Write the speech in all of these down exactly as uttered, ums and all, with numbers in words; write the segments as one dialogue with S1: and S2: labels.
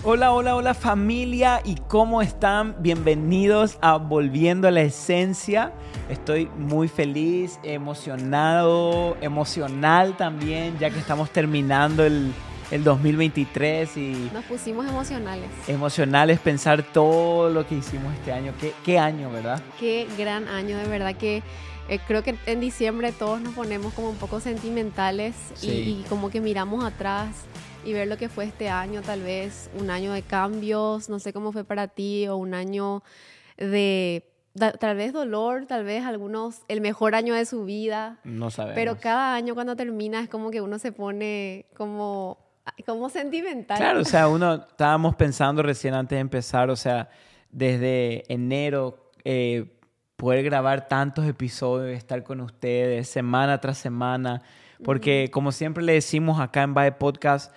S1: Hola, hola, hola familia, ¿y cómo están? Bienvenidos a Volviendo a la Esencia. Estoy muy feliz, emocionado, emocional también, ya que estamos terminando el, el dos mil veintitrés y
S2: nos pusimos emocionales.
S1: Emocionales pensar todo lo que hicimos este año. ¿Qué, qué año, verdad?
S2: Qué gran año, de verdad que eh, creo que en diciembre todos nos ponemos como un poco sentimentales
S1: Sí.
S2: y, y como que miramos atrás y ver lo que fue este año, tal vez un año de cambios, no sé cómo fue para ti, o un año de da, tal vez dolor, tal vez algunos, el mejor año de su vida.
S1: No sabemos.
S2: Pero cada año cuando termina es como que uno se pone como, como sentimental.
S1: Claro, o sea, uno estábamos pensando recién antes de empezar, o sea, desde enero, eh, poder grabar tantos episodios, estar con ustedes semana tras semana, porque uh-huh. como siempre le decimos acá en Bae Podcast,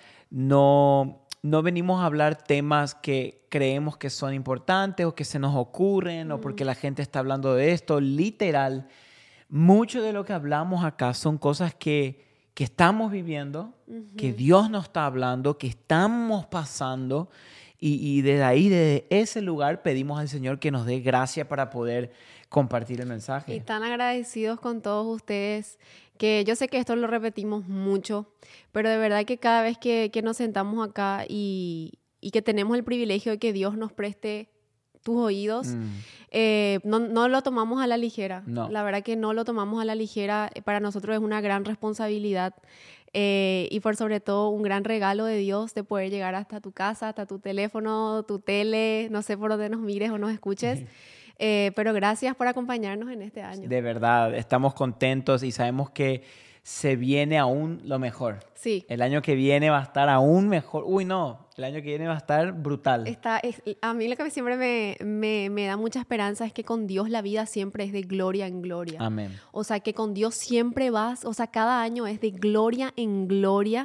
S1: no, no venimos a hablar temas que creemos que son importantes o que se nos ocurren uh-huh. o porque la gente está hablando de esto. Literal, mucho de lo que hablamos acá son cosas que, que estamos viviendo, uh-huh. que Dios nos está hablando, que estamos pasando. Y, y desde ahí, desde ese lugar, pedimos al Señor que nos dé gracia para poder compartir el mensaje.
S2: Y tan agradecidos con todos ustedes, que yo sé que esto lo repetimos mucho, pero de verdad que cada vez que, que nos sentamos acá y, y que tenemos el privilegio de que Dios nos preste tus oídos, mm. eh, no, no lo tomamos a la ligera.
S1: No.
S2: La verdad que no lo tomamos a la ligera. Para nosotros es una gran responsabilidad. Eh, y por sobre todo un gran regalo de Dios de poder llegar hasta tu casa, hasta tu teléfono, tu tele, no sé por dónde nos mires o nos escuches, eh, pero gracias por acompañarnos en este año.
S1: De verdad, estamos contentos y sabemos que se viene aún lo mejor.
S2: Sí.
S1: El año que viene va a estar aún mejor. Uy, no, el año que viene va a estar brutal.
S2: Está, es, a mí lo que siempre me, me, me da mucha esperanza es que con Dios la vida siempre es de gloria en gloria.
S1: Amén.
S2: O sea, que con Dios siempre vas, o sea, cada año es de gloria en gloria.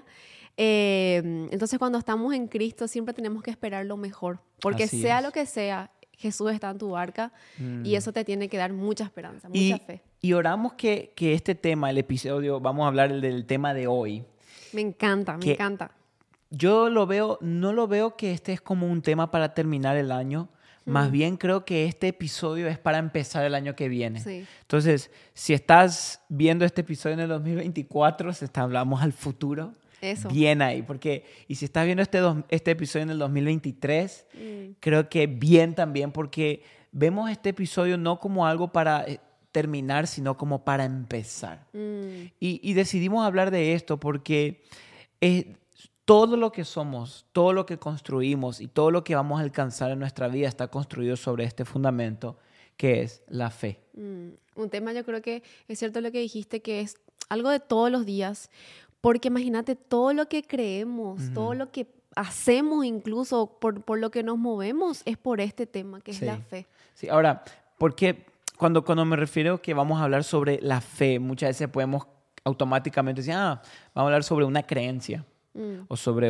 S2: Eh, entonces, cuando estamos en Cristo siempre tenemos que esperar lo mejor. Porque
S1: Así
S2: sea
S1: es.
S2: lo que sea, Jesús está en tu barca mm. y eso te tiene que dar mucha esperanza, mucha
S1: y,
S2: fe.
S1: Y oramos que, que este tema, el episodio, vamos a hablar del tema de hoy.
S2: Me encanta, me encanta.
S1: Yo lo veo, no lo veo que este es como un tema para terminar el año, mm. más bien creo que este episodio es para empezar el año que viene.
S2: Sí.
S1: Entonces, si estás viendo este episodio en el dos mil veinticuatro, si está, hablamos al futuro,
S2: Eso.
S1: Bien ahí, porque, y si estás viendo este, dos, este episodio en el dos mil veintitrés, mm. creo que bien también, porque vemos este episodio no como algo para terminar, sino como para empezar. Mm. Y, y decidimos hablar de esto porque es, todo lo que somos, todo lo que construimos y todo lo que vamos a alcanzar en nuestra vida está construido sobre este fundamento que es la fe.
S2: Mm. Un tema, yo creo que es cierto lo que dijiste, que es algo de todos los días. Porque imagínate todo lo que creemos, uh-huh. todo lo que hacemos, incluso por, por lo que nos movemos, es por este tema, que es
S1: sí.
S2: la fe.
S1: Sí, ahora, porque cuando, cuando me refiero que vamos a hablar sobre la fe, muchas veces podemos automáticamente decir, ah, vamos a hablar sobre una creencia. Mm. O sobre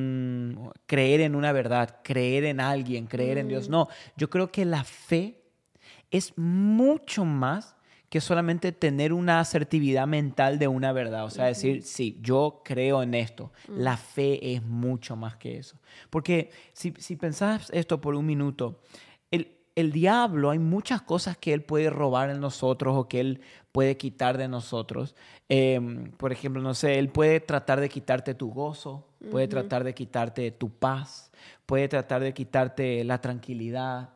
S1: un creer en una verdad, creer en alguien, creer mm. en Dios. No, yo creo que la fe es mucho más que solamente tener una asertividad mental de una verdad. O sea, uh-huh. decir, sí, yo creo en esto. Uh-huh. La fe es mucho más que eso. Porque si, si pensás esto por un minuto, el, el diablo, hay muchas cosas que él puede robar en nosotros o que él puede quitar de nosotros. Eh, por ejemplo, no sé, él puede tratar de quitarte tu gozo, uh-huh. puede tratar de quitarte tu paz, puede tratar de quitarte la tranquilidad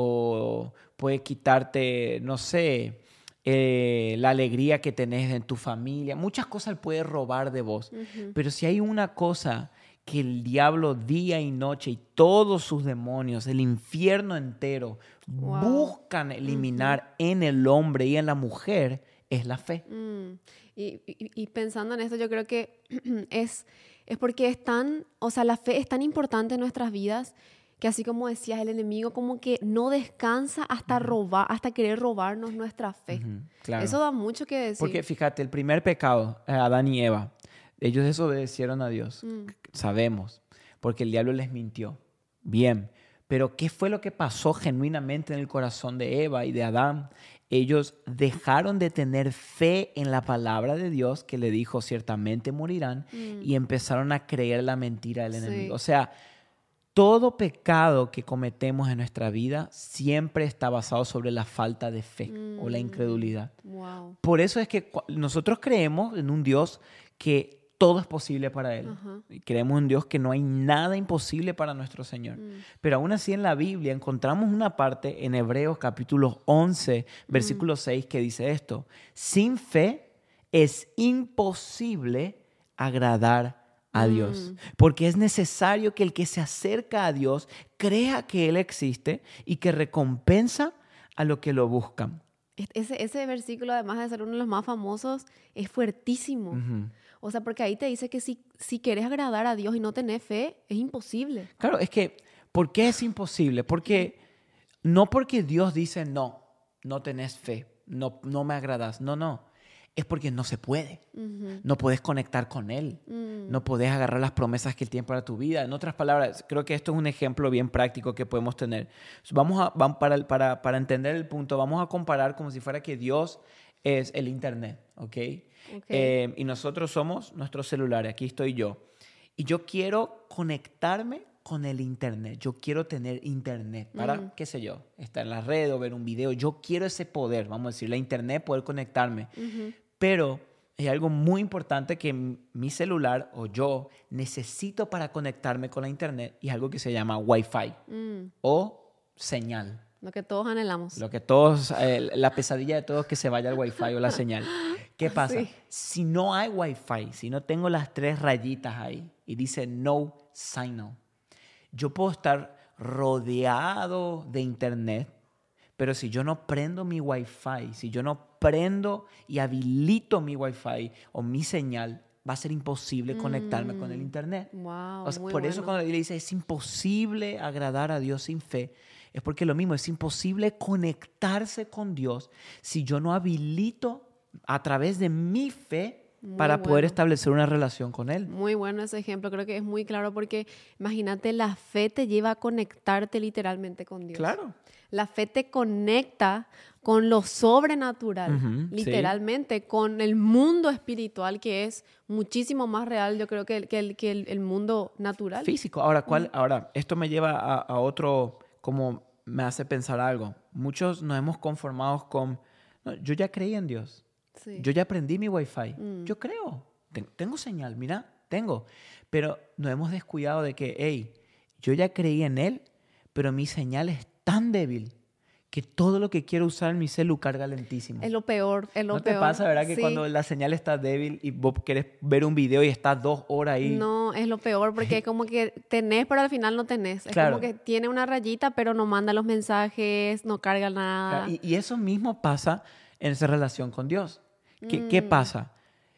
S1: o puede quitarte, no sé... Eh, la alegría que tenés en tu familia. Muchas cosas él puede robar de vos. Uh-huh. Pero si hay una cosa que el diablo día y noche y todos sus demonios, el infierno entero, wow. buscan eliminar uh-huh. en el hombre y en la mujer, es la fe.
S2: Mm. Y, y, y pensando en esto, yo creo que es, es porque es tan, o sea, la fe es tan importante en nuestras vidas que así como decías, el enemigo como que no descansa hasta robar, hasta querer robarnos nuestra fe. Uh-huh, claro. Eso da mucho que decir.
S1: Porque fíjate, el primer pecado, Adán y Eva, ellos desobedecieron a Dios. Mm. Sabemos, porque el diablo les mintió. Bien, pero ¿qué fue lo que pasó genuinamente en el corazón de Eva y de Adán? Ellos dejaron de tener fe en la palabra de Dios que le dijo ciertamente morirán mm. y empezaron a creer la mentira del
S2: sí.
S1: enemigo. O sea, todo pecado que cometemos en nuestra vida siempre está basado sobre la falta de fe mm. o la incredulidad.
S2: Wow.
S1: Por eso es que nosotros creemos en un Dios que todo es posible para Él. Uh-huh. Y creemos en un Dios que no hay nada imposible para nuestro Señor. Mm. Pero aún así en la Biblia encontramos una parte en Hebreos capítulo once, versículo mm. seis, que dice esto: sin fe es imposible agradar a Dios, mm. porque es necesario que el que se acerca a Dios crea que Él existe y que recompensa a los que lo buscan.
S2: Ese, ese versículo, además de ser uno de los más famosos, es fuertísimo. Uh-huh. O sea, porque ahí te dice que si, si quieres agradar a Dios y no tenés fe, es imposible.
S1: Claro, es que, ¿por qué es imposible? Porque no porque Dios dice, no, no tenés fe, no, no me agradas. No, no. Es porque no se puede. Uh-huh. No puedes conectar con Él. Uh-huh. No puedes agarrar las promesas que Él tiene para tu vida. En otras palabras, creo que esto es un ejemplo bien práctico que podemos tener. Vamos a, vamos para, para, para entender el punto, vamos a comparar como si fuera que Dios es el Internet, ¿ok? Okay. Eh, y nosotros somos nuestros celulares. Aquí estoy yo. Y yo quiero conectarme con el Internet. Yo quiero tener Internet para, uh-huh. qué sé yo, estar en la red o ver un video. Yo quiero ese poder, vamos a decir, la Internet, poder conectarme. Uh-huh. Pero hay algo muy importante que mi celular o yo necesito para conectarme con la Internet y es algo que se llama Wi-Fi mm. o señal.
S2: Lo que todos anhelamos.
S1: Lo que todos, eh, la pesadilla de todos, que se vaya el Wi-Fi o la señal. ¿Qué pasa? Sí. Si no hay Wi-Fi, si no tengo las tres rayitas ahí y dice no signal, yo puedo estar rodeado de Internet, pero si yo no prendo mi Wi-Fi, si yo no prendo y habilito mi Wi-Fi o mi señal, va a ser imposible mm. conectarme con el Internet.
S2: Wow,
S1: o sea,
S2: muy
S1: por
S2: bueno.
S1: eso cuando la Biblia dice es imposible agradar a Dios sin fe, es porque lo mismo, es imposible conectarse con Dios si yo no habilito a través de mi fe Muy para bueno. poder establecer una relación con Él.
S2: Muy bueno ese ejemplo, creo que es muy claro porque imagínate, la fe te lleva a conectarte literalmente con Dios.
S1: Claro.
S2: La fe te conecta con lo sobrenatural, uh-huh, literalmente, sí. con el mundo espiritual que es muchísimo más real, yo creo, que el, que el, que el, el mundo natural.
S1: Físico. Ahora, ¿cuál? Ahora, esto me lleva a, a otro, como me hace pensar algo. Muchos nos hemos conformado con, no, yo ya creí en Dios. Sí. Yo ya aprendí mi Wi-Fi. Mm. Yo creo. Tengo señal, mira, tengo. Pero nos hemos descuidado de que, hey, yo ya creí en Él, pero mi señal es tan débil que todo lo que quiero usar en mi celu carga lentísimo.
S2: Es lo peor, es lo
S1: ¿No
S2: peor.
S1: te pasa, verdad, que sí. cuando la señal está débil y vos querés ver un video y estás dos horas ahí?
S2: No, es lo peor porque es como que tenés, pero al final no tenés. Es claro. como que tiene una rayita, pero no manda los mensajes, no carga nada.
S1: Claro. Y, y eso mismo pasa en esa relación con Dios. ¿Qué, mm. ¿Qué pasa?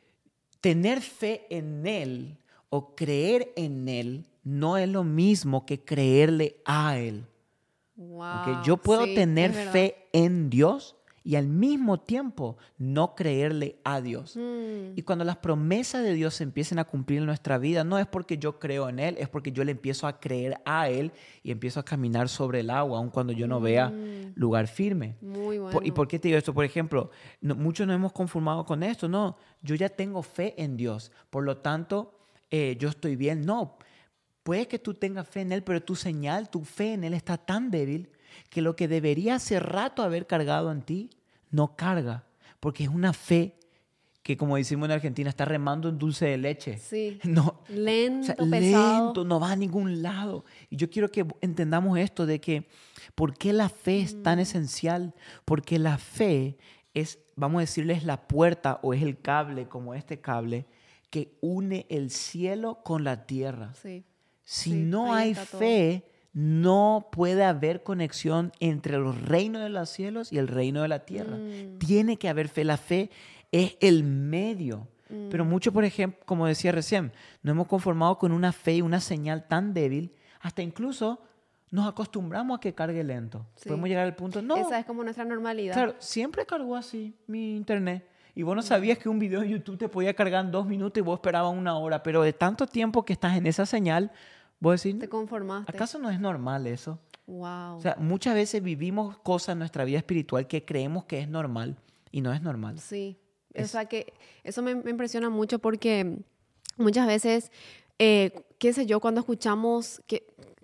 S1: Tener fe en Él o creer en Él no es lo mismo que creerle a Él.
S2: Wow,
S1: okay, yo puedo
S2: sí,
S1: tener fe en Dios y al mismo tiempo no creerle a Dios. Mm. Y cuando las promesas de Dios se empiecen a cumplir en nuestra vida, no es porque yo creo en Él, es porque yo le empiezo a creer a Él y empiezo a caminar sobre el agua, aun cuando yo no vea mm. lugar firme.
S2: Muy bueno.
S1: ¿Y por qué te digo esto? Por ejemplo, no, muchos nos hemos conformado con esto. No, yo ya tengo fe en Dios, por lo tanto, eh, yo estoy bien. No. Puede que tú tengas fe en Él, pero tu señal, tu fe en Él está tan débil que lo que debería hace rato haber cargado en ti, no carga. Porque es una fe que, como decimos en Argentina, está remando en dulce de leche.
S2: Sí.
S1: No,
S2: lento,
S1: o sea,
S2: pesado.
S1: Lento, no va a ningún lado. Y yo quiero que entendamos esto de que, ¿por qué la fe es tan mm. esencial? Porque la fe es, vamos a decirles, la puerta o es el cable, como este cable, que une el cielo con la tierra.
S2: Sí.
S1: Si
S2: sí,
S1: no hay fe, todo. no puede haber conexión entre el reino de los cielos y el reino de la tierra. Mm. Tiene que haber fe. La fe es el medio. Mm. Pero mucho, por ejemplo, como decía recién, nos hemos conformado con una fe y una señal tan débil, hasta incluso nos acostumbramos a que cargue lento. Sí. Podemos llegar al punto, no.
S2: Esa es como nuestra normalidad.
S1: Claro, siempre cargó así mi internet. Y vos no sabías que un video en YouTube te podía cargar en dos minutos y vos esperabas una hora. Pero de tanto tiempo que estás en esa señal, vos decís,
S2: te conformaste.
S1: ¿Acaso no es normal eso?
S2: Wow.
S1: O sea, muchas veces vivimos cosas en nuestra vida espiritual que creemos que es normal y no es normal.
S2: Sí. Es... O sea, que eso me, me impresiona mucho porque muchas veces, eh, qué sé yo, cuando escuchamos que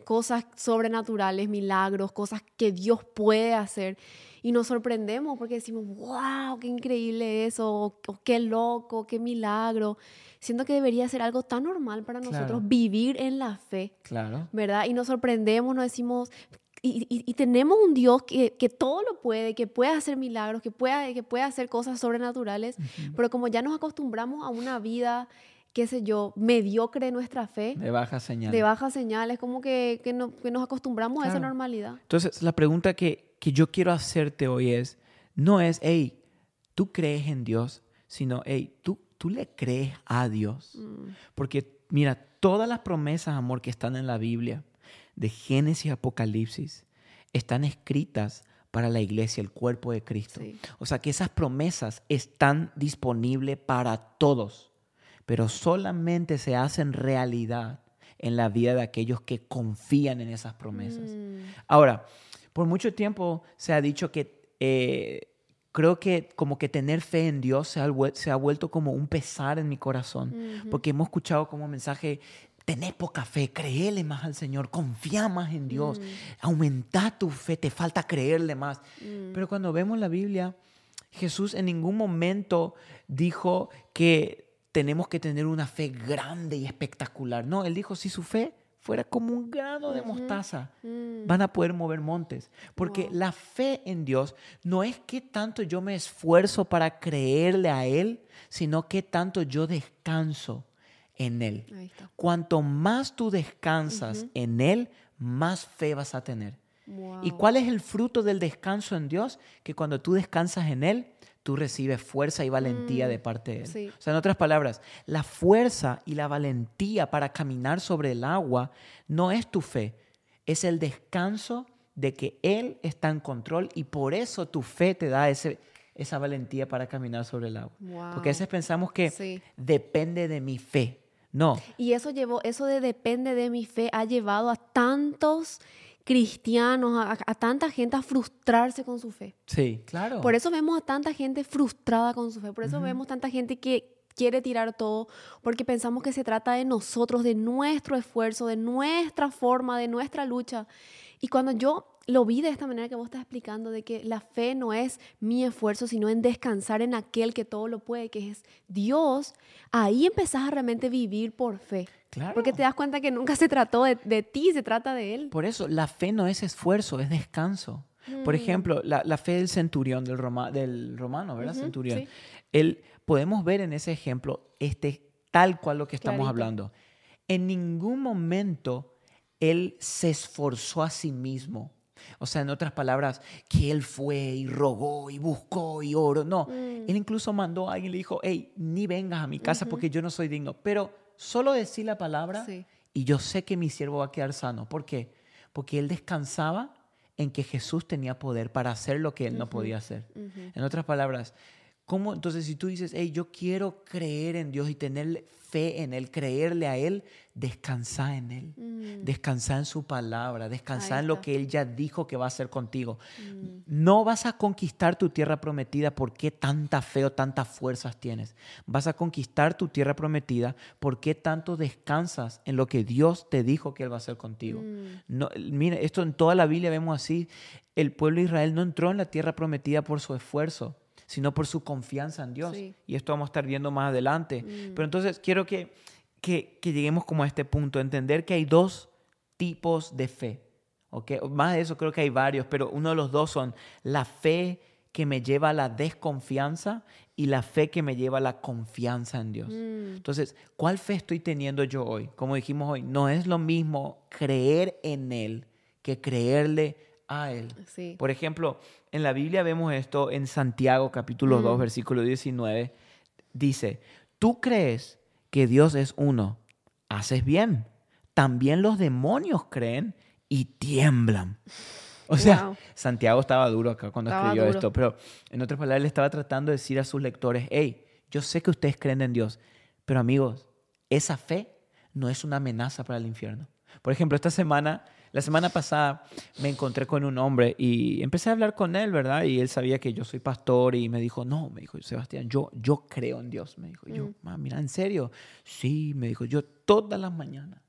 S2: cosas sobrenaturales, milagros, cosas que Dios puede hacer. Y nos sorprendemos porque decimos, wow, qué increíble eso, o, o qué loco, qué milagro. Siento que debería ser algo tan normal para nosotros
S1: Claro.
S2: vivir en la fe,
S1: Claro.
S2: ¿verdad? Y nos sorprendemos, nos decimos, y, y, y tenemos un Dios que, que todo lo puede, que puede hacer milagros, que puede, que puede hacer cosas sobrenaturales,
S1: Uh-huh.
S2: pero como ya nos acostumbramos a una vida, qué sé yo, mediocre en nuestra fe,
S1: De baja señal.
S2: de bajas señales, como que, que, no, que nos acostumbramos
S1: Claro.
S2: a esa normalidad.
S1: Entonces, la pregunta que, que yo quiero hacerte hoy es, no es, hey, ¿tú crees en Dios? Sino, hey, ¿tú, tú le crees a Dios?
S2: Mm.
S1: Porque, mira, todas las promesas, amor, que están en la Biblia, de Génesis a Apocalipsis, están escritas para la iglesia, el cuerpo de Cristo.
S2: Sí.
S1: O sea, que esas promesas están disponibles para todos, pero solamente se hacen realidad en la vida de aquellos que confían en esas promesas.
S2: Mm.
S1: Ahora, por mucho tiempo se ha dicho que eh, creo que como que tener fe en Dios se ha, se ha vuelto como un pesar en mi corazón,
S2: Uh-huh.
S1: porque hemos escuchado como mensaje, tenés poca fe, créele más al Señor, confía más en Dios,
S2: Mm.
S1: aumenta tu fe, te falta creerle más.
S2: Mm.
S1: Pero cuando vemos la Biblia, Jesús en ningún momento dijo que tenemos que tener una fe grande y espectacular. No, Él dijo, si su fe fuera como un grano de
S2: Uh-huh.
S1: mostaza,
S2: Mm.
S1: van a poder mover montes. Porque
S2: Wow.
S1: la fe en Dios no es que tanto yo me esfuerzo para creerle a Él, sino que tanto yo descanso en Él.
S2: Ahí está.
S1: Cuanto más tú descansas
S2: Uh-huh.
S1: en Él, más fe vas a tener.
S2: Wow.
S1: ¿Y cuál es el fruto del descanso en Dios? Que cuando tú descansas en Él, tú recibes fuerza y valentía
S2: Mm.
S1: de parte de Él.
S2: Sí.
S1: O sea, en otras palabras, la fuerza y la valentía para caminar sobre el agua no es tu fe, es el descanso de que Él está en control y por eso tu fe te da ese, esa valentía para caminar sobre el agua.
S2: Wow.
S1: Porque a veces pensamos que
S2: Sí.
S1: depende de mi fe. No,
S2: Y eso llevó, eso de depende de mi fe, ha llevado a tantos cristianos, a, a tanta gente a frustrarse con su fe.
S1: sí, claro.
S2: Por eso vemos a tanta gente frustrada con su fe, por eso
S1: Ujú.
S2: vemos tanta gente que quiere tirar todo, porque pensamos que se trata de nosotros, de nuestro esfuerzo, de nuestra forma, de nuestra lucha. Y cuando yo lo vi de esta manera que vos estás explicando, de que la fe no es mi esfuerzo, sino en descansar en aquel que todo lo puede, que es Dios, ahí empezás a realmente vivir por fe.
S1: Claro.
S2: Porque te das cuenta que nunca se trató de, de ti, se trata de Él.
S1: Por eso, la fe no es esfuerzo, es descanso. Por
S2: Mm.
S1: ejemplo, la, la fe del centurión, del, Roma, del romano, ¿verdad?
S2: Ujú,
S1: Centurión.
S2: sí.
S1: Él, podemos ver en ese ejemplo este, tal cual lo que estamos
S2: Clarito.
S1: hablando. En ningún momento él se esforzó a sí mismo. O sea, en otras palabras, que él fue y rogó y buscó y oró. No,
S2: Mm.
S1: él incluso mandó a alguien y le dijo, hey, ni vengas a mi casa
S2: Ujú.
S1: porque yo no soy digno. Pero solo decir la palabra
S2: Sí.
S1: y yo sé que mi siervo va a quedar sano. ¿Por qué? Porque él descansaba en que Jesús tenía poder para hacer lo que él no
S2: Ujú.
S1: podía hacer.
S2: Ujú.
S1: En otras palabras, ¿cómo? Entonces, si tú dices, hey, yo quiero creer en Dios y tener fe en Él, creerle a Él, descansa en Él.
S2: Mm.
S1: Descansa en su palabra, descansa
S2: Ahí
S1: en lo
S2: está.
S1: que Él ya dijo que va a hacer contigo.
S2: Mm.
S1: No vas a conquistar tu tierra prometida porque tanta fe o tantas fuerzas tienes. Vas a conquistar tu tierra prometida porque tanto descansas en lo que Dios te dijo que Él va a hacer contigo.
S2: Mm.
S1: No, mira, esto en toda la Biblia vemos así. El pueblo de Israel no entró en la tierra prometida por su esfuerzo, sino por su confianza en Dios.
S2: Sí.
S1: Y esto vamos a estar viendo más adelante.
S2: Mm.
S1: Pero entonces quiero que, que, que lleguemos como a este punto, entender que hay dos tipos de fe. ¿Okay? Más de eso creo que hay varios, pero uno de los dos son la fe que me lleva a la desconfianza y la fe que me lleva a la confianza en Dios.
S2: Mm.
S1: Entonces, ¿cuál fe estoy teniendo yo hoy? Como dijimos hoy, no es lo mismo creer en Él que creerle a Él.
S2: Sí.
S1: Por ejemplo, en la Biblia vemos esto en Santiago capítulo
S2: Mm.
S1: dos, versículo diecinueve. Dice, tú crees que Dios es uno, haces bien. También los demonios creen y tiemblan. O sea,
S2: Wow.
S1: Santiago estaba duro acá cuando
S2: Estaba
S1: escribió
S2: duro.
S1: esto, pero en otras palabras le estaba tratando de decir a sus lectores, hey, yo sé que ustedes creen en Dios, pero amigos, esa fe no es una amenaza para el infierno. Por ejemplo, esta semana, la semana pasada me encontré con un hombre y empecé a hablar con él, ¿verdad? Y él sabía que yo soy pastor y me dijo, no, me dijo, Sebastián, yo, yo creo en Dios. Me dijo, yo,
S2: Mm.
S1: "Ah, mira, ¿en serio? Sí, me dijo, yo todas las mañanas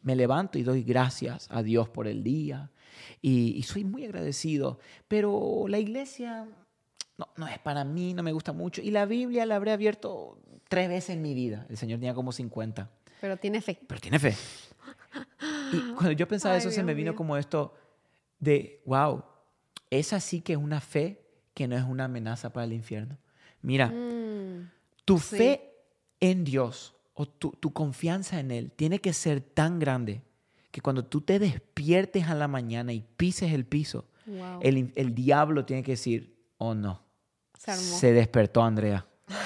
S1: me levanto y doy gracias a Dios por el día y, y soy muy agradecido, pero la iglesia no, no es para mí, no me gusta mucho y la Biblia la habré abierto tres veces en mi vida. El Señor tenía como cincuenta.
S2: Pero tiene fe.
S1: Pero tiene fe. Y cuando yo pensaba
S2: Ay,
S1: eso,
S2: Dios
S1: se me vino
S2: mío.
S1: como esto de, wow, esa sí que es una fe que no es una amenaza para el infierno. Mira,
S2: Mm,
S1: tu
S2: sí.
S1: fe en Dios o tu, tu confianza en Él tiene que ser tan grande que cuando tú te despiertes a la mañana y pises el piso,
S2: Wow.
S1: el, el diablo tiene que decir, oh no,
S2: Se armó.
S1: se despertó Andrea.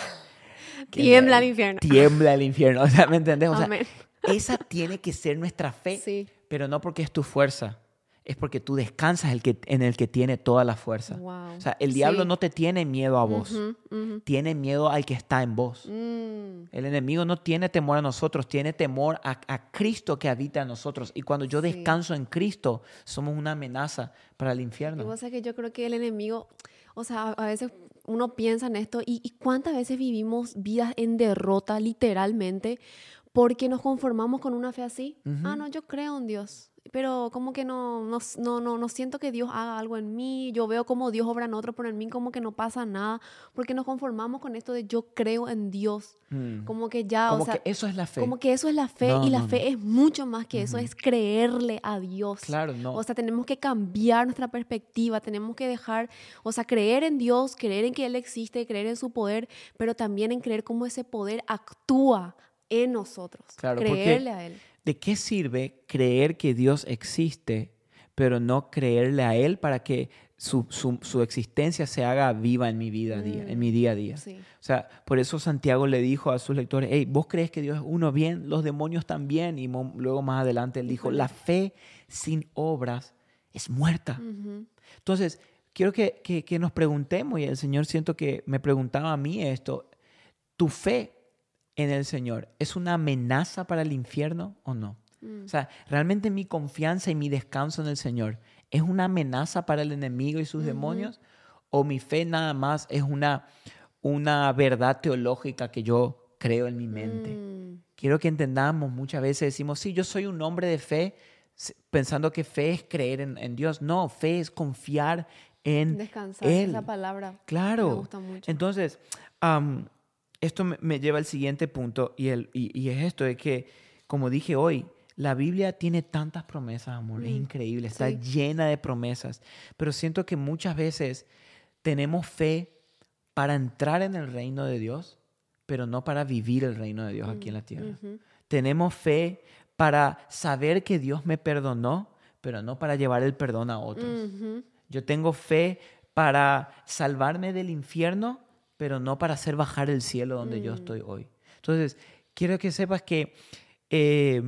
S1: Que
S2: Tiembla
S1: el-
S2: el infierno.
S1: Tiembla el infierno. O sea, ¿me entendés? O sea,
S2: Amén.
S1: esa tiene que ser nuestra fe,
S2: Sí.
S1: pero no porque es tu fuerza, es porque tú descansas el que, en el que tiene toda la fuerza.
S2: Wow.
S1: O sea, el diablo
S2: Sí.
S1: no te tiene miedo a vos,
S2: Ujú, ujú.
S1: tiene miedo al que está en vos.
S2: Mm,
S1: El enemigo no tiene temor a nosotros, tiene temor a, a Cristo que habita en nosotros. Y cuando yo
S2: Sí.
S1: descanso en Cristo, somos una amenaza para el
S2: Y
S1: infierno.
S2: vos sabés que yo creo que el enemigo, o sea, a a veces uno piensa en esto y, y cuántas veces vivimos vidas en derrota, literalmente, porque nos conformamos con una fe así.
S1: Ujú.
S2: Ah, no, yo creo en Dios, pero como que no, no, no, no, no siento que Dios haga algo en mí. Yo veo como Dios obra en otro, pero en mí como que no pasa nada, porque nos conformamos con esto de yo creo en Dios.
S1: Mm.
S2: Como que ya,
S1: Como
S2: o sea,
S1: que eso es la fe.
S2: como que eso es la fe
S1: No,
S2: y la
S1: no,
S2: fe
S1: no.
S2: es mucho más que eso,
S1: Ujú.
S2: es creerle a Dios.
S1: Claro, no.
S2: O sea, tenemos que cambiar nuestra perspectiva, tenemos que dejar, o sea, creer en Dios, creer en que Él existe, creer en su poder, pero también en creer cómo ese poder actúa en nosotros.
S1: Claro, porque
S2: Creerle a Él.
S1: ¿de qué sirve creer que Dios existe, pero no creerle a Él para que su, su- su existencia se haga viva en mi vida a día, en mi día a día?
S2: Sí.
S1: O sea, por eso Santiago le dijo a sus lectores, hey, ¿vos crees que Dios es uno? Bien, los demonios también. Y mo- luego más adelante él dijo,
S2: Híjole.
S1: la fe sin obras es muerta.
S2: Ujú.
S1: Entonces, quiero que, que- que nos preguntemos, y el Señor siento que me preguntaba a mí esto, ¿tu fe en el Señor es una amenaza para el infierno o no?
S2: Mm.
S1: O sea, ¿realmente mi confianza y mi descanso en el Señor es una amenaza para el enemigo y sus
S2: Ujú.
S1: demonios? ¿O mi fe nada más es una, una verdad teológica que yo creo en mi mente?
S2: Mm.
S1: Quiero que entendamos, muchas veces decimos, sí, yo soy un hombre de fe, s- pensando que fe es creer en, en Dios. No, fe es confiar en
S2: Descansar,
S1: Él.
S2: esa palabra
S1: Claro.
S2: me gusta mucho.
S1: Entonces, am, esto me, me lleva al siguiente punto y, el, y, y es esto de que, como dije hoy, la Biblia tiene tantas promesas, amor, es
S2: Mm,
S1: increíble, está
S2: sí.
S1: llena de promesas, pero siento que muchas veces tenemos fe para entrar en el reino de Dios, pero no para vivir el reino de Dios aquí en la tierra.
S2: Ujú.
S1: Tenemos fe para saber que Dios me perdonó, pero no para llevar el perdón a otros.
S2: Ujú.
S1: Yo tengo fe para salvarme del infierno, pero no para hacer bajar el cielo donde yo
S2: Mm.
S1: estoy hoy. Entonces, quiero que sepas que eh,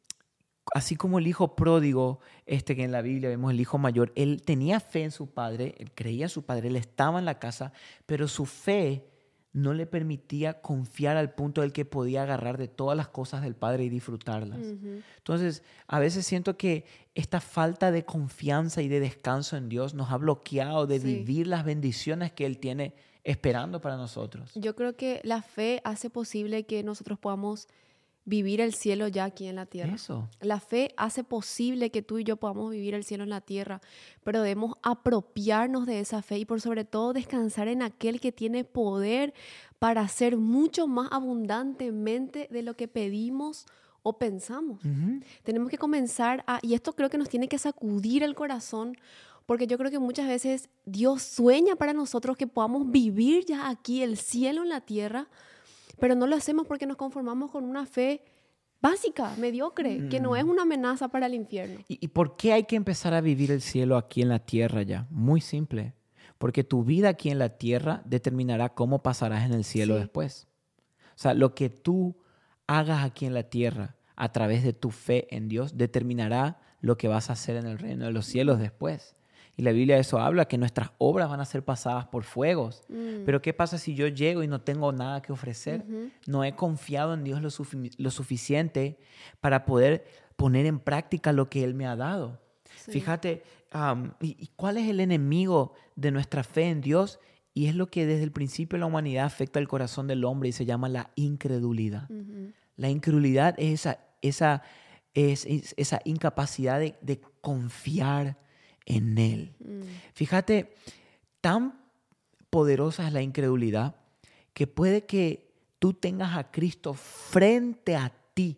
S1: así como el hijo pródigo, este que en la Biblia vemos el hijo mayor, él tenía fe en su padre, él creía en su padre, él estaba en la casa, pero su fe no le permitía confiar al punto del que podía agarrar de todas las cosas del padre y disfrutarlas.
S2: Ujú.
S1: Entonces, a veces siento que esta falta de confianza y de descanso en Dios nos ha bloqueado de
S2: Sí.
S1: vivir las bendiciones que Él tiene esperando para nosotros.
S2: Yo creo que la fe hace posible que nosotros podamos vivir el cielo ya aquí en la tierra.
S1: Eso.
S2: La fe hace posible que tú y yo podamos vivir el cielo en la tierra, pero debemos apropiarnos de esa fe y por sobre todo descansar en aquel que tiene poder para hacer mucho más abundantemente de lo que pedimos o pensamos.
S1: Ujú.
S2: Tenemos que comenzar a, y esto creo que nos tiene que sacudir el corazón, porque yo creo que muchas veces Dios sueña para nosotros que podamos vivir ya aquí el cielo en la tierra, pero no lo hacemos porque nos conformamos con una fe básica, mediocre, que no es una amenaza para el infierno.
S1: ¿Y, y por qué hay que empezar a vivir el cielo aquí en la tierra ya? Muy simple. Porque tu vida aquí en la tierra determinará cómo pasarás en el cielo
S2: Sí.
S1: después. O sea, lo que tú hagas aquí en la tierra a través de tu fe en Dios determinará lo que vas a hacer en el reino de los cielos después. Y la Biblia de eso habla, que nuestras obras van a ser pasadas por fuegos.
S2: Mm.
S1: Pero ¿qué pasa si yo llego y no tengo nada que ofrecer?
S2: Ujú.
S1: No he confiado en Dios lo, sufi- lo suficiente para poder poner en práctica lo que Él me ha dado.
S2: Sí.
S1: Fíjate, um, ¿y, y cuál es el enemigo de nuestra fe en Dios? Y es lo que desde el principio de la humanidad afecta el corazón del hombre y se llama la incredulidad.
S2: Ujú.
S1: La incredulidad es esa, esa es, es esa incapacidad de, de confiar en Él.
S2: Mm.
S1: Fíjate, tan poderosa es la incredulidad que puede que tú tengas a Cristo frente a ti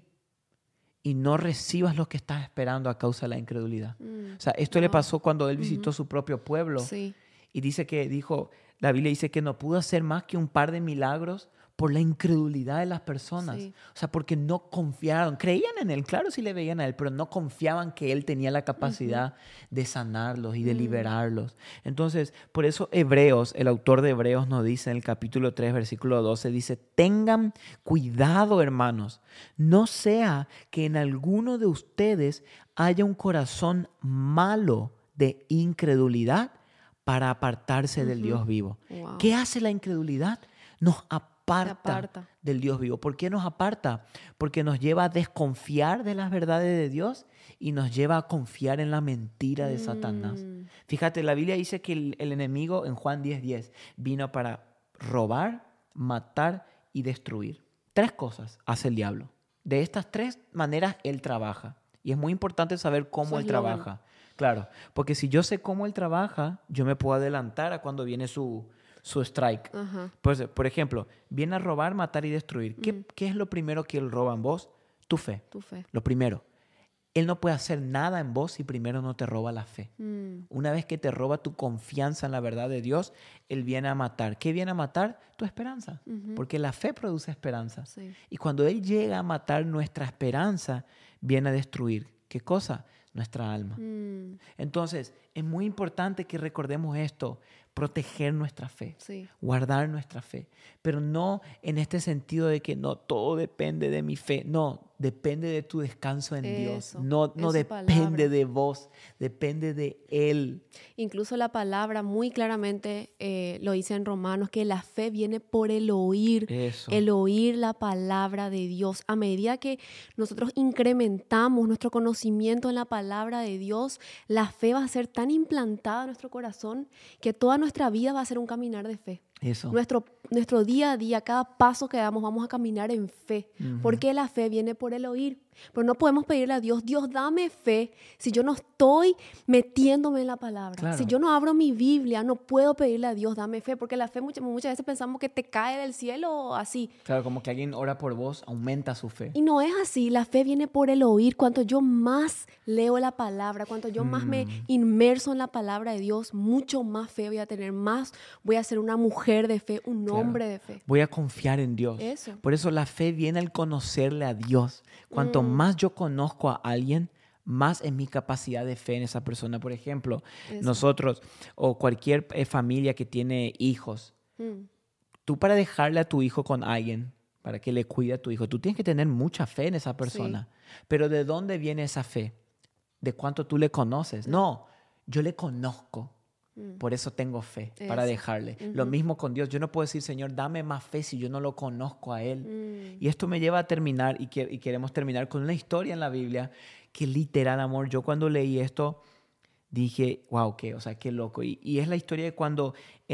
S1: y no recibas lo que estás esperando a causa de la incredulidad.
S2: Mm.
S1: O sea, esto
S2: Wow.
S1: le pasó cuando él visitó
S2: Ujú.
S1: su propio pueblo.
S2: Sí.
S1: Y dice que dijo, la Biblia dice que no pudo hacer más que un par de milagros por la incredulidad de las personas.
S2: Sí.
S1: O sea, porque no confiaron. Creían en él, claro, sí le veían a él, pero no confiaban que él tenía la capacidad uh-huh. de sanarlos y de
S2: Mm.
S1: liberarlos. Entonces, por eso Hebreos, el autor de Hebreos nos dice en el capítulo tres, versículo doce, dice, tengan cuidado, hermanos, no sea que en alguno de ustedes haya un corazón malo de incredulidad para apartarse uh-huh. del Dios vivo.
S2: Wow.
S1: ¿Qué hace la incredulidad? Nos aparta,
S2: aparta
S1: del Dios vivo. ¿Por qué nos aparta? Porque nos lleva a desconfiar de las verdades de Dios y nos lleva a confiar en la mentira de mm. Satanás. Fíjate, la Biblia dice que el, el enemigo en Juan diez diez vino para robar, matar y destruir. Tres cosas hace el diablo. De estas tres maneras él trabaja. Y es muy importante saber cómo
S2: Eso
S1: él
S2: es
S1: trabaja.
S2: bueno.
S1: Claro, porque si yo sé cómo él trabaja, yo me puedo adelantar a cuando viene su, su strike.
S2: Ajá.
S1: Pues, por ejemplo, viene a robar, matar y destruir. ¿Qué,
S2: Mm.
S1: ¿Qué es lo primero que él roba en vos? Tu fe.
S2: Tu fe.
S1: Lo primero. Él no puede hacer nada en vos si primero no te roba la fe.
S2: Mm.
S1: Una vez que te roba tu confianza en la verdad de Dios, él viene a matar. ¿Qué viene a matar? Tu esperanza.
S2: Uh-huh.
S1: Porque la fe produce esperanza.
S2: Sí.
S1: Y cuando él llega a matar nuestra esperanza, viene a destruir. ¿Qué cosa? Nuestra alma.
S2: Mm.
S1: Entonces, es muy importante que recordemos esto, proteger nuestra fe,
S2: Sí.
S1: guardar nuestra fe, pero no en este sentido de que no, todo depende de mi fe, no, depende de tu descanso en
S2: Eso,
S1: Dios, no, no
S2: es su
S1: depende
S2: palabra.
S1: de vos, depende de Él.
S2: Incluso la palabra muy claramente eh, lo dice en Romanos, que la fe viene por el oír,
S1: Eso.
S2: el oír la palabra de Dios. A medida que nosotros incrementamos nuestro conocimiento en la palabra de Dios, la fe va a ser tan implantada en nuestro corazón que toda nuestra vida va a ser un caminar de fe.
S1: Eso.
S2: Nuestro, nuestro día a día, cada paso que damos, vamos a caminar en fe.
S1: Uh-huh.
S2: Porque la fe viene por el oír. Pero no podemos pedirle a Dios, Dios, dame fe, si yo no estoy metiéndome en la palabra.
S1: Claro.
S2: Si yo no abro mi Biblia, no puedo pedirle a Dios, dame fe. Porque la fe muchas, muchas veces pensamos que te cae del cielo así.
S1: Claro, como que alguien ora por vos, aumenta su fe.
S2: Y no es así, la fe viene por el oír. Cuanto yo más leo la palabra, cuanto yo mm. más me inmerso en la palabra de Dios, mucho más fe voy a tener, más voy a ser una mujer de fe, un
S1: Claro.
S2: hombre de fe.
S1: Voy a confiar en Dios.
S2: Eso.
S1: Por eso la fe viene al conocerle a Dios. Cuanto mm. más yo conozco a alguien, más es mi capacidad de fe en esa persona. Por ejemplo, eso. Nosotros o cualquier eh, familia que tiene hijos, mm. tú para dejarle a tu hijo con alguien, para que le cuide a tu hijo, tú tienes que tener mucha fe en esa persona. Sí. Pero ¿de dónde viene esa fe? ¿De cuánto tú le conoces? Mm. No, yo le conozco. Por eso tengo fe, eso. Para dejarle. Uh-huh. Lo mismo con Dios. Yo no puedo decir, Señor, dame más fe si yo no lo conozco a Él. Mm. Y esto me lleva a terminar, y, que, y queremos terminar con una historia en la Biblia que literal, amor, yo cuando leí esto dije, wow, qué, o sea, qué loco. Y, y es la historia de cuando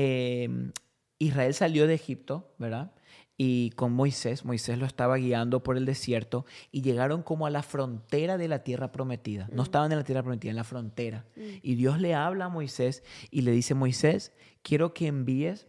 S1: eh, Israel salió de Egipto, ¿verdad? Y con Moisés, Moisés lo estaba guiando por el desierto y llegaron como a la frontera de la tierra prometida. Mm. No estaban en la tierra prometida, en la frontera. Mm. Y Dios le habla a Moisés y le dice, Moisés, quiero que envíes,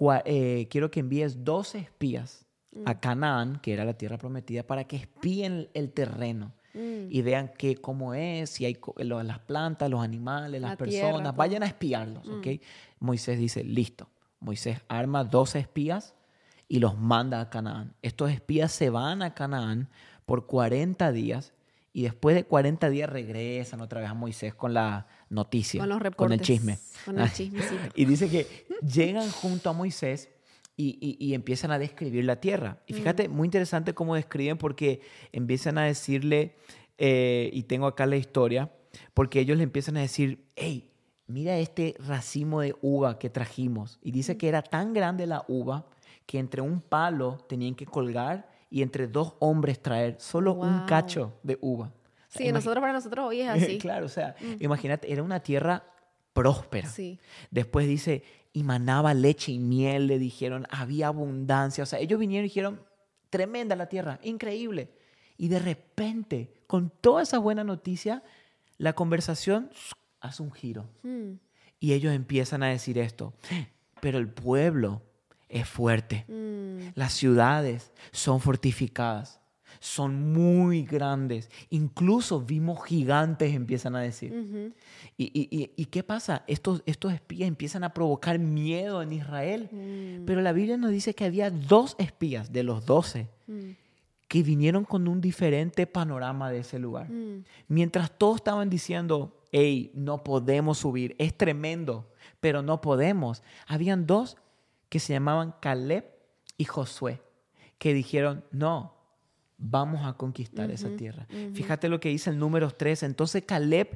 S1: eh, quiero que envíes doce espías mm. a Canaán, que era la tierra prometida, para que espíen el terreno. Mm. Y vean que, cómo es, si hay las plantas, los animales, las la personas, tierra, vayan a espiarlos. Mm. ¿Okay? Moisés dice, listo. Moisés arma doce espías y los manda a Canaán. Estos espías se van a Canaán por cuarenta días y después de cuarenta días regresan otra vez a Moisés con la noticia,
S2: con, los reportes,
S1: con el chisme.
S2: Con el chisme, sí.
S1: Y dice que llegan junto a Moisés y, y, y empiezan a describir la tierra. Y fíjate, mm. muy interesante cómo describen, porque empiezan a decirle, eh, y tengo acá la historia, porque ellos le empiezan a decir, hey, mira este racimo de uva que trajimos. Y dice mm. que era tan grande la uva que entre un palo tenían que colgar y entre dos hombres traer solo wow. un cacho de uva. O
S2: sea, sí, nosotros para nosotros hoy es así.
S1: Claro, o sea, mm. imagínate, era una tierra próspera.
S2: Sí.
S1: Después dice, y manaba leche y miel, le dijeron, había abundancia. O sea, ellos vinieron y dijeron, tremenda la tierra, increíble. Y de repente, con toda esa buena noticia, la conversación hace un giro.
S2: Mm.
S1: Y ellos empiezan a decir esto, pero el pueblo es fuerte.
S2: Mm.
S1: Las ciudades son fortificadas, son muy grandes. Incluso vimos gigantes, empiezan a decir.
S2: Uh-huh.
S1: ¿Y, y, y, ¿Y qué pasa? Estos, estos espías empiezan a provocar miedo en Israel.
S2: Mm.
S1: Pero la Biblia nos dice que había dos espías de los doce
S2: Mm.
S1: que vinieron con un diferente panorama de ese lugar.
S2: Mm.
S1: Mientras todos estaban diciendo, hey, no podemos subir, es tremendo, pero no podemos. Habían dos que se llamaban Caleb y Josué, que dijeron, no, vamos a conquistar
S2: Uh-huh.
S1: esa tierra.
S2: Uh-huh.
S1: Fíjate lo que dice el número tres. Entonces Caleb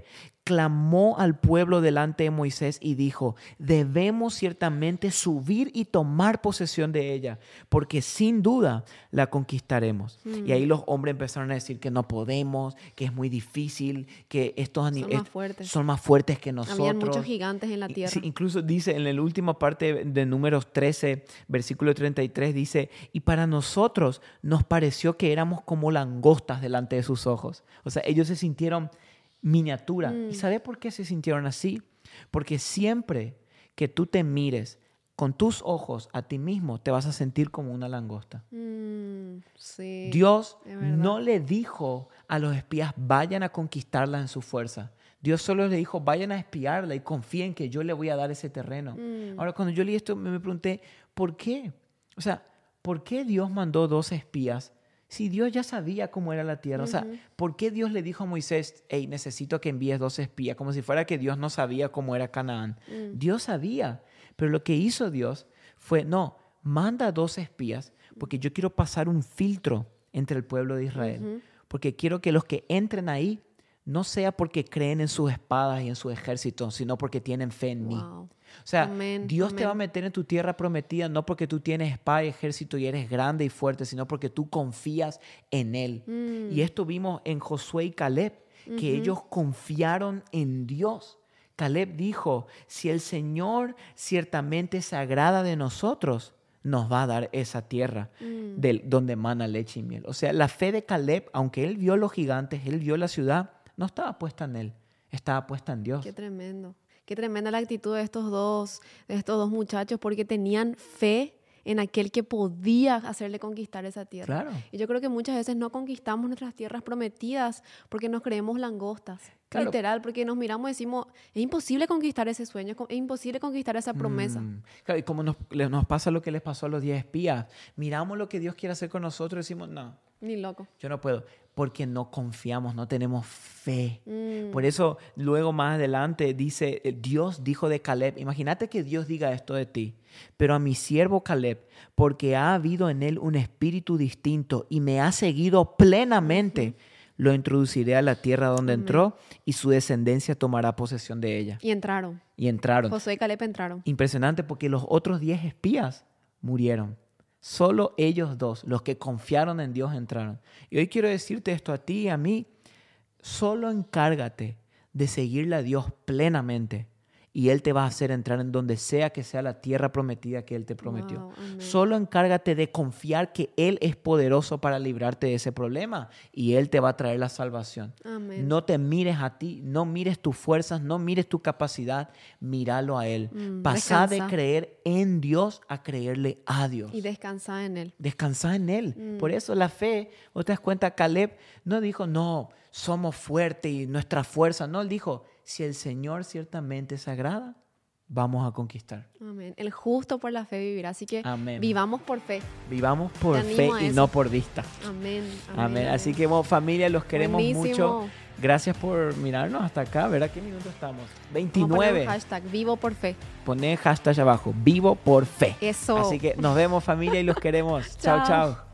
S1: clamó al pueblo delante de Moisés y dijo, debemos ciertamente subir y tomar posesión de ella, porque sin duda la conquistaremos.
S2: Mm.
S1: Y ahí los hombres empezaron a decir que no podemos, que es muy difícil, que estos
S2: Son
S1: animales
S2: más fuertes.
S1: son más fuertes que nosotros.
S2: Habían muchos gigantes en la
S1: Y-
S2: tierra.
S1: sí, incluso dice en la última parte de Números trece, versículo treinta y tres, dice, y para nosotros nos pareció que éramos como langostas delante de sus ojos. O sea, ellos se sintieron miniatura.
S2: Mm.
S1: ¿Y sabe por qué se sintieron así? Porque siempre que tú te mires con tus ojos a ti mismo, te vas a sentir como una langosta.
S2: Mm, sí.
S1: Dios
S2: es verdad.
S1: no le dijo a los espías, vayan a conquistarla en su fuerza. Dios solo le dijo, vayan a espiarla y confíen que yo le voy a dar ese terreno.
S2: Mm.
S1: Ahora, cuando yo leí esto, me me pregunté, ¿por qué? O sea, ¿por qué Dios mandó dos espías si Dios ya sabía cómo era la tierra? O sea,
S2: Ujú.
S1: ¿por qué Dios le dijo a Moisés, hey, necesito que envíes dos espías? Como si fuera que Dios no sabía cómo era Canaán.
S2: Mm.
S1: Dios sabía, pero lo que hizo Dios fue, no, manda dos espías porque yo quiero pasar un filtro entre el pueblo de Israel.
S2: Ujú.
S1: Porque quiero que los que entren ahí no sea porque creen en sus espadas y en su ejército, sino porque tienen fe en mí.
S2: Wow.
S1: O sea,
S2: Amén,
S1: Dios te va a
S2: amén.
S1: meter en tu tierra prometida no porque tú tienes espada y ejército y eres grande y fuerte, sino porque tú confías en Él.
S2: Mm.
S1: Y esto vimos en Josué y Caleb, que
S2: Ujú.
S1: ellos confiaron en Dios. Caleb dijo, si el Señor ciertamente se agrada de nosotros, nos va a dar esa tierra
S2: Mm.
S1: del, donde emana leche y miel. O sea, la fe de Caleb, aunque él vio los gigantes, él vio la ciudad, no estaba puesta en él, estaba puesta en Dios.
S2: Qué tremendo. Qué tremenda la actitud de estos dos, de estos dos muchachos, porque tenían fe en aquel que podía hacerle conquistar esa tierra.
S1: Claro.
S2: Y yo creo que muchas veces no conquistamos nuestras tierras prometidas porque nos creemos langostas.
S1: Claro.
S2: Literal, porque nos miramos y decimos, es imposible conquistar ese sueño, es imposible conquistar esa promesa.
S1: Mm. Claro, y como nos, le- nos pasa lo que les pasó a los diez espías, miramos lo que Dios quiere hacer con nosotros y decimos, no,
S2: Ni loco.
S1: yo no puedo, porque no confiamos, no tenemos fe.
S2: Mm.
S1: Por eso, luego más adelante dice, eh, Dios dijo de Caleb, imagínate que Dios diga esto de ti, pero a mi siervo Caleb, porque ha habido en él un espíritu distinto y me ha seguido plenamente, lo introduciré a la tierra donde
S2: Amén.
S1: entró y su descendencia tomará posesión de ella.
S2: Y entraron.
S1: Y entraron.
S2: Josué y Caleb entraron.
S1: Impresionante porque los otros diez espías murieron. Solo ellos dos, los que confiaron en Dios, entraron. Y hoy quiero decirte esto a ti y a mí. Solo encárgate de seguirle a Dios plenamente y Él te va a hacer entrar en donde sea que sea la tierra prometida que Él te prometió.
S2: Wow, amén.
S1: Solo encárgate de confiar que Él es poderoso para librarte de ese problema y Él te va a traer la salvación.
S2: Amén.
S1: No te mires a ti, no mires tus fuerzas, no mires tu capacidad, míralo a Él.
S2: Mm,
S1: Pasá de
S2: descansa.
S1: creer en Dios a creerle a Dios.
S2: Y descansa en él.
S1: Descansá en Él.
S2: Mm.
S1: Por eso la fe, vos te das cuenta, Caleb no dijo, no, somos fuertes y nuestra fuerza. No, él dijo, si el Señor ciertamente se agrada, vamos a conquistar.
S2: Amén. El justo por la fe vivirá. Así que
S1: Amén.
S2: vivamos por fe.
S1: Vivamos por
S2: Te animo
S1: fe
S2: a
S1: y
S2: eso.
S1: no por vista.
S2: Amén.
S1: Amén. Así que, bueno, familia, los queremos
S2: Buenísimo.
S1: mucho. Gracias por mirarnos hasta acá. ¿Verdad qué minuto estamos?
S2: Vamos a poner
S1: veintinueve.
S2: un hashtag, vivo por fe.
S1: Poné hashtag abajo, vivo por fe.
S2: Eso.
S1: Así que nos vemos, familia, y los queremos. Chao,
S2: Chao.
S1: chao.